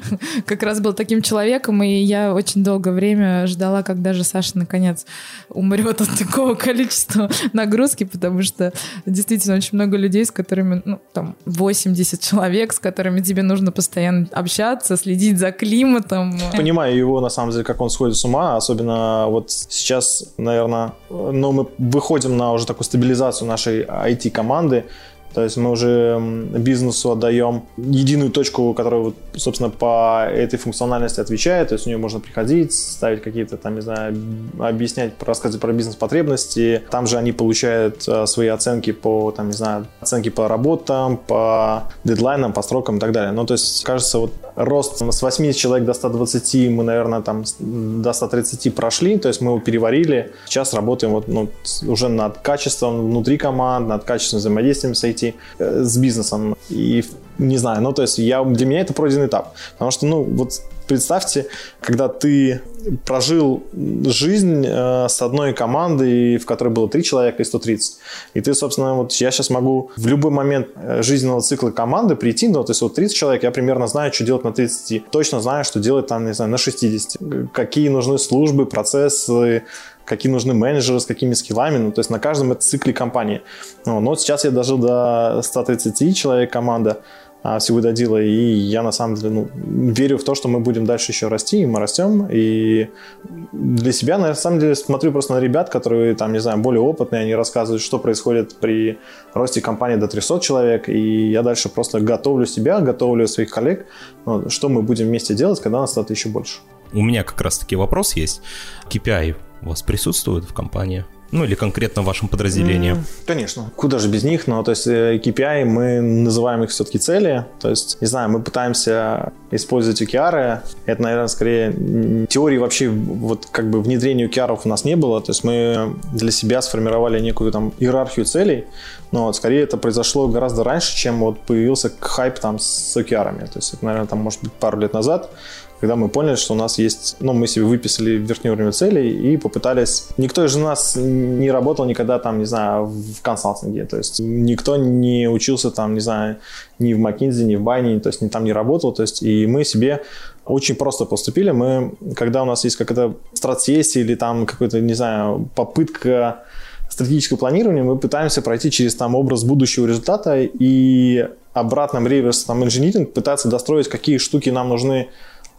как раз был таким человеком, и я очень долгое время ждала, когда же Саша наконец умрет от такого количества нагрузки, потому что действительно очень много людей, с которыми, ну, там, восемьдесят человек, с которыми тебе нужно постоянно общаться, следить за климатом. Понимаю его, на самом деле, как он сходит с ума, особенно вот сейчас, наверное, ну, мы выходим на уже такую стабилизацию нашей ай ти-команды. То есть мы уже бизнесу отдаем единую точку, которая, собственно, по этой функциональности отвечает. То есть у нее можно приходить, ставить какие-то, там, не знаю, объяснять, рассказывать про бизнес-потребности. Там же они получают свои оценки по, там, не знаю, оценки по работам, по дедлайнам, по срокам и так далее. Ну, то есть, кажется, вот рост с восьмидесяти человек до ста двадцати мы, наверное, там до ста тридцати прошли. То есть мы его переварили. Сейчас работаем вот, ну, уже над качеством внутри команд, над качеством взаимодействия с ай ти, с бизнесом. И не знаю, ну, то есть я, для меня это пройденный этап. Потому что, ну, вот представьте, когда ты прожил жизнь э, с одной командой, в которой было три человека и сто тридцать. И ты, собственно, вот я сейчас могу в любой момент жизненного цикла команды прийти, ну, то есть вот тридцать человек, я примерно знаю, что делать на тридцати. Точно знаю, что делать там, не знаю, на шестидесяти. Какие нужны службы, процессы, какие нужны менеджеры, с какими скиллами, ну, то есть на каждом цикле компании. Ну, но сейчас я дожил до ста тридцати человек команда а, всего додила, и я на самом деле, ну, верю в то, что мы будем дальше еще расти, и мы растем, и для себя, на самом деле, смотрю просто на ребят, которые, там, не знаю, более опытные, они рассказывают, что происходит при росте компании до трёхсот человек, и я дальше просто готовлю себя, готовлю своих коллег, ну, что мы будем вместе делать, когда нас станет еще больше. У меня как раз-таки вопрос есть. кей пи ай у вас присутствует в компании? Ну, или конкретно в вашем подразделении? Конечно. Куда же без них? Но, то есть, кей пи ай, мы называем их все-таки цели. То есть, не знаю, мы пытаемся использовать ю кей ар. Это, наверное, скорее теории вообще, вот как бы внедрения ю кей ар у нас не было. То есть, мы для себя сформировали некую там иерархию целей. Но вот, скорее это произошло гораздо раньше, чем вот появился хайп там с ю кей ар-ами. То есть, это, наверное, там, может быть, пару лет назад, когда мы поняли, что у нас есть, ну, мы себе выписали верхний уровень целей и попытались... Никто из нас не работал никогда там, не знаю, в консалтинге, то есть никто не учился там, не знаю, ни в McKinsey, ни в Bain, то есть ни там не работал, то есть и мы себе очень просто поступили. Мы, когда у нас есть какая-то стратсессия или там какая-то, не знаю, попытка стратегического планирования, мы пытаемся пройти через там образ будущего результата и обратным реверс там инжиниринг пытаться достроить, какие штуки нам нужны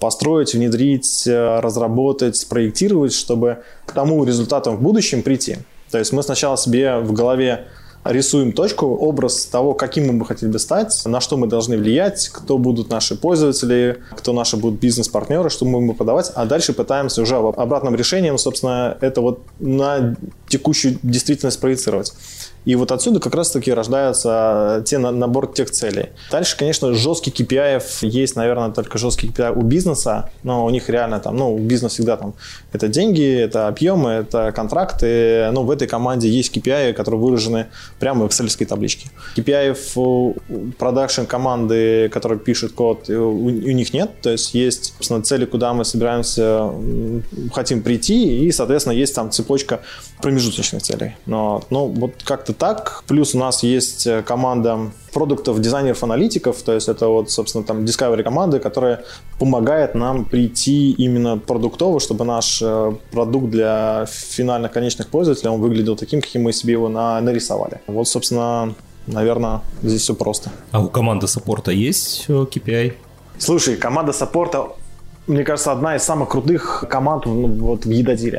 построить, внедрить, разработать, спроектировать, чтобы к тому результату в будущем прийти. То есть мы сначала себе в голове рисуем точку, образ того, каким мы бы хотели бы стать, на что мы должны влиять, кто будут наши пользователи, кто наши будут бизнес-партнеры, что мы будем подавать, а дальше пытаемся уже обратным решением, собственно, это вот на текущую действительность проецировать. И вот отсюда как раз-таки рождается те, набор тех целей. Дальше, конечно, жесткий кей пи ай есть, наверное, только жесткий кей пи ай у бизнеса, но у них реально там, ну, бизнес всегда там, это деньги, это объемы, это контракты, но в этой команде есть кей пи ай, которые выражены прямо в экселевской табличке. кей пи ай в продакшн команды, которые пишут код, у, у них нет, то есть есть, собственно, цели, куда мы собираемся, хотим прийти, и, соответственно, есть там цепочка промежуточных целей. Но, ну, вот как-то так. Плюс у нас есть команда продуктов, дизайнеров, аналитиков, то есть это вот, собственно, там Discovery команда, которая помогает нам прийти именно продуктово, чтобы наш продукт для финальных конечных пользователей, он выглядел таким, каким мы себе его на, нарисовали. Вот, собственно, наверное, здесь все просто. А у команды саппорта есть кей пи ай? Слушай, команда саппорта, мне кажется, одна из самых крутых команд, ну, вот в Едодиле.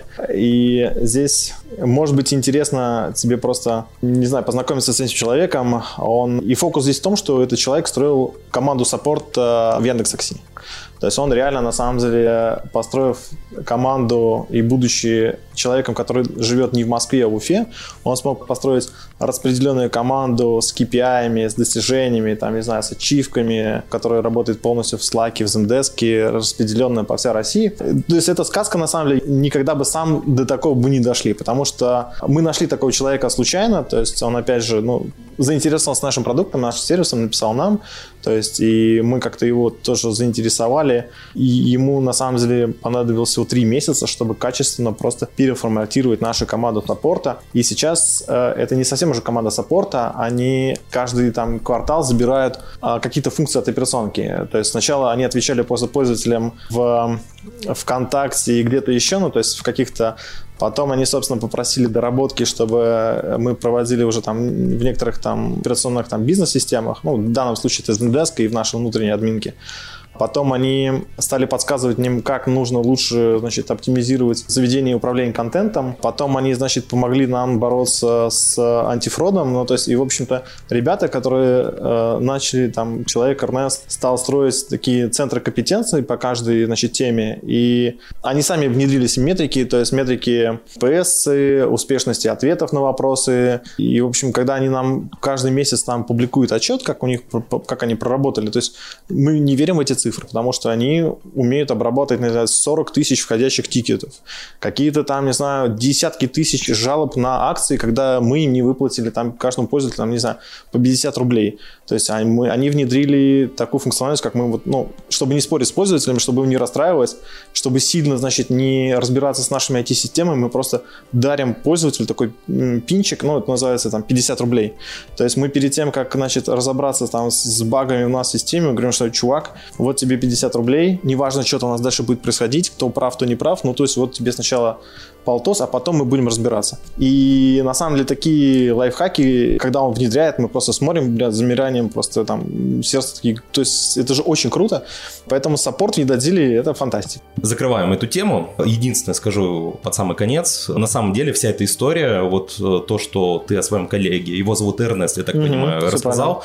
И здесь, может быть, интересно тебе просто, не знаю, познакомиться с этим человеком. Он... И фокус здесь в том, что этот человек строил команду саппорта в Яндекс.Такси. То есть он реально, на самом деле, построив команду и будучи человеком, который живет не в Москве, а в Уфе, он смог построить распределенную команду с кей пи ай-ами, с достижениями, там, не знаю, с ачивками, которая работает полностью в Slack, в Zendesk, распределенная по всей России. То есть эта сказка, на самом деле, никогда бы сам до такого бы не дошли, потому что мы нашли такого человека случайно, то есть он, опять же, ну, заинтересовался нашим продуктом, нашим сервисом, написал нам, то есть и мы как-то его тоже заинтересовали, и ему на самом деле понадобилось всего три месяца, чтобы качественно просто переформатировать нашу команду саппорта. И сейчас э, это не совсем уже команда саппорта, они каждый там квартал забирают э, какие-то функции от операционки. То есть сначала они отвечали просто пользователям в ВКонтакте и где-то еще, ну то есть в каких-то. Потом они, собственно, попросили доработки, чтобы мы проводили уже там в некоторых там операционных там бизнес-системах, ну, в данном случае это Zendesk и в нашей внутренней админке. Потом они стали подсказывать им, как нужно лучше, значит, оптимизировать заведение и управление контентом. Потом они, значит, помогли нам бороться с антифродом. Ну, то есть, и, в общем-то, ребята, которые э, начали, там, человек, Эрнест, стал строить такие центры компетенций по каждой, значит, теме. И они сами внедрили себе метрики, то есть метрики пи эс, успешности ответов на вопросы. И, в общем, когда они нам каждый месяц там публикуют отчет, как у них, как они проработали, то есть мы не верим в эти цифры. Цифры, потому что они умеют обработать, не знаю, сорок тысяч входящих тикетов, какие-то там, не знаю, десятки тысяч жалоб на акции, когда мы им не выплатили там каждому пользователю, там, не знаю, по пятьдесят рублей. То есть они, мы, они внедрили такую функциональность, как мы вот, ну, чтобы не спорить с пользователями, чтобы им не расстраивать, чтобы сильно, значит, не разбираться с нашими ай ти-системами, мы просто дарим пользователю такой пинчик, ну, это называется там пятьдесят рублей. То есть мы перед тем, как, значит, разобраться там с багами у нас в системе, мы говорим, что, чувак, вот тебе пятьдесят рублей, неважно, что-то у нас дальше будет происходить, кто прав, кто не прав, ну, то есть вот тебе сначала полтос, а потом мы будем разбираться. И на самом деле такие лайфхаки, когда он внедряет, мы просто смотрим, блядь, замиранием, просто там сердце такие, то есть это же очень круто, поэтому саппорт в Едодиле — это фантастика. Закрываем эту тему. Единственное скажу под самый конец, на самом деле вся эта история, вот то, что ты о своем коллеге, его зовут Эрнест, я так mm-hmm, понимаю, рассказал,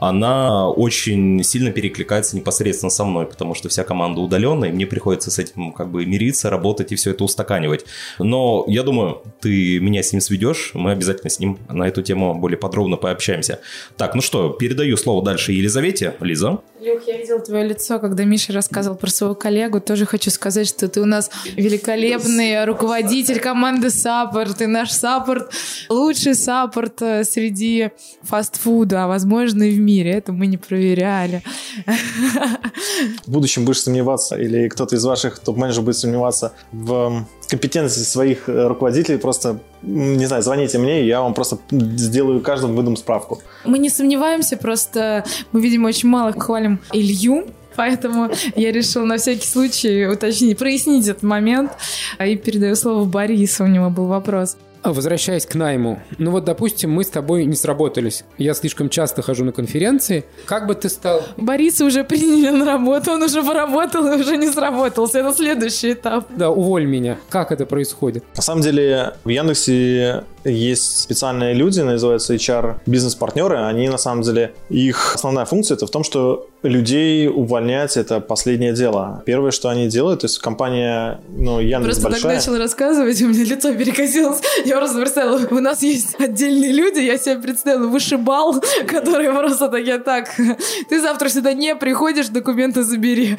она очень сильно перекликается непосредственно со мной, потому что вся команда удаленная, и мне приходится с этим как бы мириться, работать и все это устаканивать. Но я думаю, ты меня с ним сведешь, мы обязательно с ним на эту тему более подробно пообщаемся. Так, ну что, передаю слово дальше Елизавете. Лиза. Люх, я видела твое лицо, когда Миша рассказывал про своего коллегу. Тоже хочу сказать, что ты у нас великолепный руководитель команды саппорт. И наш саппорт лучший саппорт среди фастфуда, а возможно и в мире. Это мы не проверяли. В будущем будешь сомневаться, или кто-то из ваших топ-менеджеров будет сомневаться в компетенции своих руководителей, просто, не знаю, звоните мне, и я вам просто сделаю каждому выдам справку. Мы не сомневаемся, просто мы, видимо, очень мало хвалим Илью, поэтому я решила на всякий случай уточнить, прояснить этот момент, и передаю слово Борису, у него был вопрос. Возвращаясь к найму, ну вот, допустим, мы с тобой не сработались. Я слишком часто хожу на конференции. Как бы ты стал... Бориса уже приняли на работу, он уже поработал и уже не сработался. Это следующий этап. Да, уволь меня. Как это происходит? На самом деле в Яндексе есть специальные люди, называются эйч ар-бизнес-партнеры. Они, на самом деле, их основная функция это в том, что людей увольнять – это последнее дело. Первое, что они делают, то есть компания, ну, Яндекс просто большая. Просто так начал рассказывать, у меня лицо перекосилось. Я просто представила, у нас есть отдельные люди, я себе представила вышибал, которые просто такие, так, ты завтра сюда не приходишь, документы забери.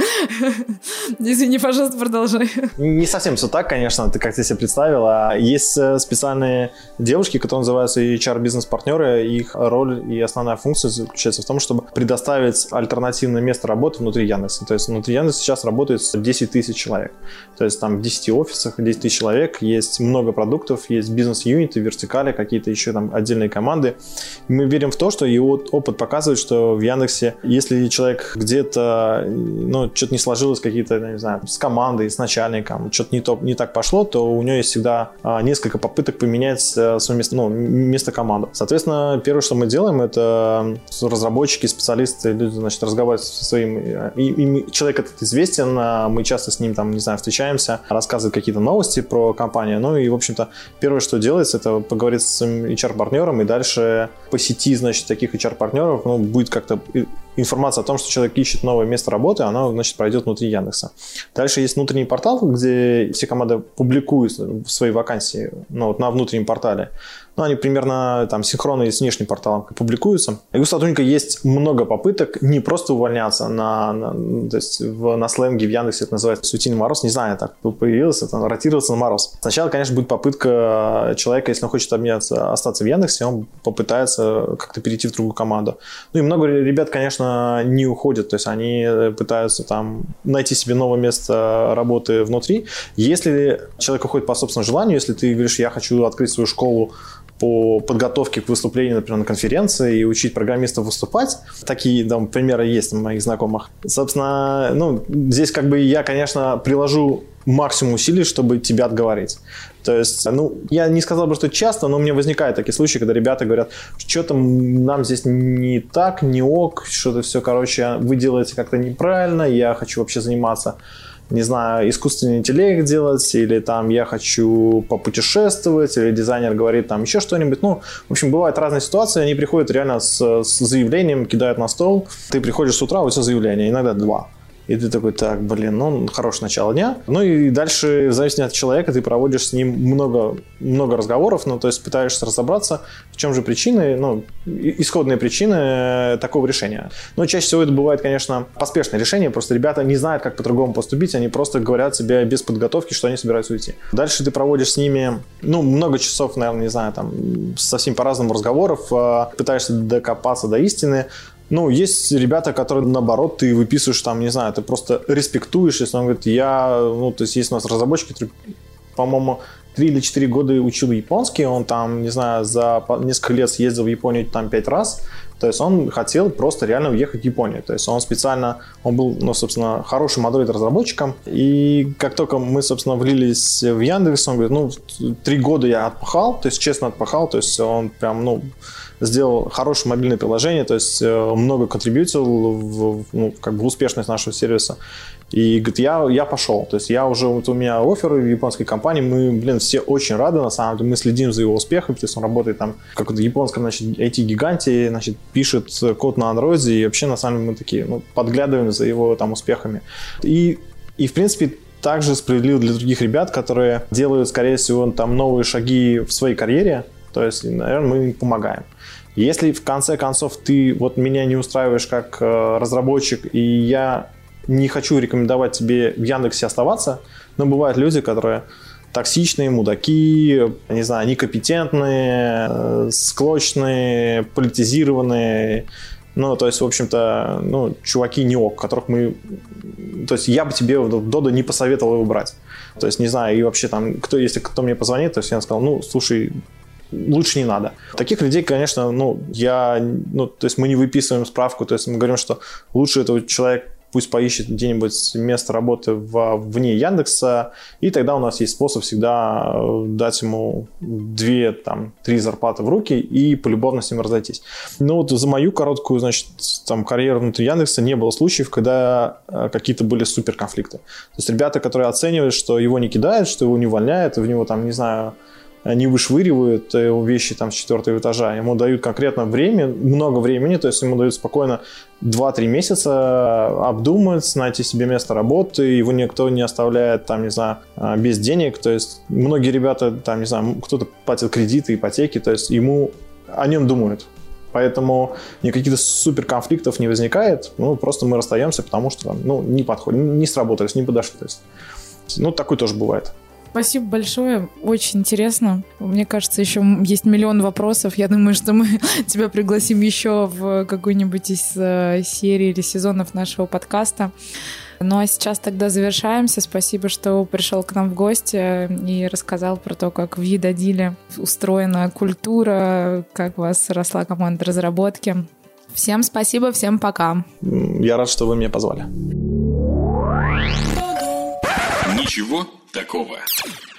Извини, пожалуйста, продолжай. Не совсем все так, конечно, ты как ты себе представила. Есть специальные девушки, которые называются эйч ар-бизнес-партнеры. Их роль и основная функция заключается в том, чтобы предоставить альтернативное место работы внутри Яндекса. То есть внутри Яндекса сейчас работает десять тысяч человек. То есть там в десяти офисах десять тысяч человек, есть много продуктов, есть бизнес-юниты, вертикали, какие-то еще там отдельные команды. И мы верим в то, что его опыт показывает, что в Яндексе, если человек где-то, ну, что-то не сложилось, какие-то, не знаю, с командой, с начальником, что-то не, то, не так пошло, то у него есть всегда а, несколько попыток поменять свое место, ну, место команды. Соответственно, первое, что мы делаем, это разработчики, специалисты, люди, значит, разговаривать со своим... И, и человек этот известен, мы часто с ним, там, не знаю, встречаемся, рассказывает какие-то новости про компанию. Ну и, в общем-то, первое, что делается, это поговорить с своим эйч ар-партнером и дальше по сети, значит, таких эйч ар-партнеров, ну, будет как-то... информация о том, что человек ищет новое место работы, она, значит, пройдет внутри Яндекса. Дальше есть внутренний портал, где все команды публикуют свои вакансии, ну, вот на внутреннем портале. Ну, они примерно там синхронно с внешним порталом публикуются. И у сотрудника есть много попыток не просто увольняться, на, на, то есть в, на сленге в Яндексе это называется «уйти на мороз». Не знаю, так появилось, это ротироваться на мороз. Сначала, конечно, будет попытка человека, если он хочет обменяться, остаться в Яндексе, он попытается как-то перейти в другую команду. Ну и много ребят, конечно, не уходят, то есть они пытаются там найти себе новое место работы внутри. Если человек уходит по собственному желанию, если ты говоришь, я хочу открыть свою школу по подготовке к выступлению, например, на конференции и учить программистов выступать. Такие там примеры есть у моих знакомых. Собственно, ну, здесь как бы я, конечно, приложу максимум усилий, чтобы тебя отговорить. То есть, ну, я не сказал бы, что часто, но у меня возникают такие случаи, когда ребята говорят, что-то нам здесь не так, не ок, что-то все, короче, вы делаете как-то неправильно, я хочу вообще заниматься, не знаю, искусственный интеллект делать, или там я хочу попутешествовать, или дизайнер говорит там еще что-нибудь. Ну, в общем, бывают разные ситуации, они приходят реально с, с заявлением, кидают на стол, ты приходишь с утра, у тебя заявление, иногда два. И ты такой, так, блин, ну, хорошее начало дня. Ну и дальше, в зависимости от человека, ты проводишь с ним много, много разговоров, ну, то есть пытаешься разобраться, в чем же причины, ну, исходные причины такого решения. Но чаще всего это бывает, конечно, поспешное решение, просто ребята не знают, как по-другому поступить, они просто говорят себе без подготовки, что они собираются уйти. Дальше ты проводишь с ними, ну, много часов, наверное, не знаю, там, совсем по-разному разговоров, пытаешься докопаться до истины. Ну, есть ребята, которые, наоборот, ты выписываешь там, не знаю, ты просто респектуешь, если он говорит, я, ну, то есть есть у нас разработчики, которые, по-моему, три или четыре года учил японский, он там, не знаю, за несколько лет съездил в Японию там пять раз, то есть он хотел просто реально уехать в Японию, то есть он специально, он был, ну, собственно, хорошим Android-разработчиком, и как только мы, собственно, влились в Яндекс, он говорит, ну, три года я отпахал, то есть честно отпахал, то есть он прям, ну, сделал хорошее мобильное приложение, то есть много контрибьютил в, ну, как бы в успешность нашего сервиса. И говорит, я, я пошел. То есть я уже, вот у меня офферы в японской компании, мы, блин, все очень рады, на самом деле, мы следим за его успехом, то есть он работает там в каком-то японском, значит, ай ти-гиганте, значит, пишет код на андроиде, и вообще, на самом деле, мы такие, ну, подглядываем за его там успехами. И, и в принципе, также справедливо для других ребят, которые делают, скорее всего, там новые шаги в своей карьере, то есть, наверное, мы им помогаем. Если в конце концов ты вот меня не устраиваешь как э, разработчик, и я не хочу рекомендовать тебе в Яндексе оставаться, но бывают люди, которые токсичные, мудаки, не знаю, некомпетентные, э, склочные, политизированные, ну, то есть, в общем-то, ну, чуваки не ок, которых мы... То есть я бы тебе в Додо не посоветовал его брать. То есть, не знаю, и вообще там, кто, если кто мне позвонит, то есть я сказал, ну, слушай, лучше не надо. Таких людей, конечно, ну, я, ну, то есть мы не выписываем справку, то есть мы говорим, что лучше этого человека пусть поищет где-нибудь место работы в, вне Яндекса, и тогда у нас есть способ всегда дать ему две, там, три зарплаты в руки и полюбовно с ним разойтись. Ну вот за мою короткую, значит, там, карьеру внутри Яндекса не было случаев, когда какие-то были супер конфликты. То есть ребята, которые оценивают, что его не кидают, что его не увольняют, в него там, не знаю, не вышвыривают его вещи там с четвертого этажа, ему дают конкретно время, много времени, то есть ему дают спокойно два-три месяца обдумать, найти себе место работы, его никто не оставляет там, не знаю, без денег, то есть многие ребята там, не знаю, кто-то платит кредиты, ипотеки, то есть ему о нем думают. Поэтому никаких супер конфликтов не возникает, ну, просто мы расстаемся, потому что, ну, не подходим, не сработались, не подошли, то есть, ну, такое тоже бывает. Спасибо большое, очень интересно. Мне кажется, еще есть миллион вопросов. Я думаю, что мы тебя пригласим еще в какую-нибудь из серий или сезонов нашего подкаста. Ну а сейчас тогда завершаемся. Спасибо, что пришел к нам в гости и рассказал про то, как в Едадиле устроена культура, как у вас росла команда разработки. Всем спасибо, всем пока. Я рад, что вы меня позвали. Ничего такого.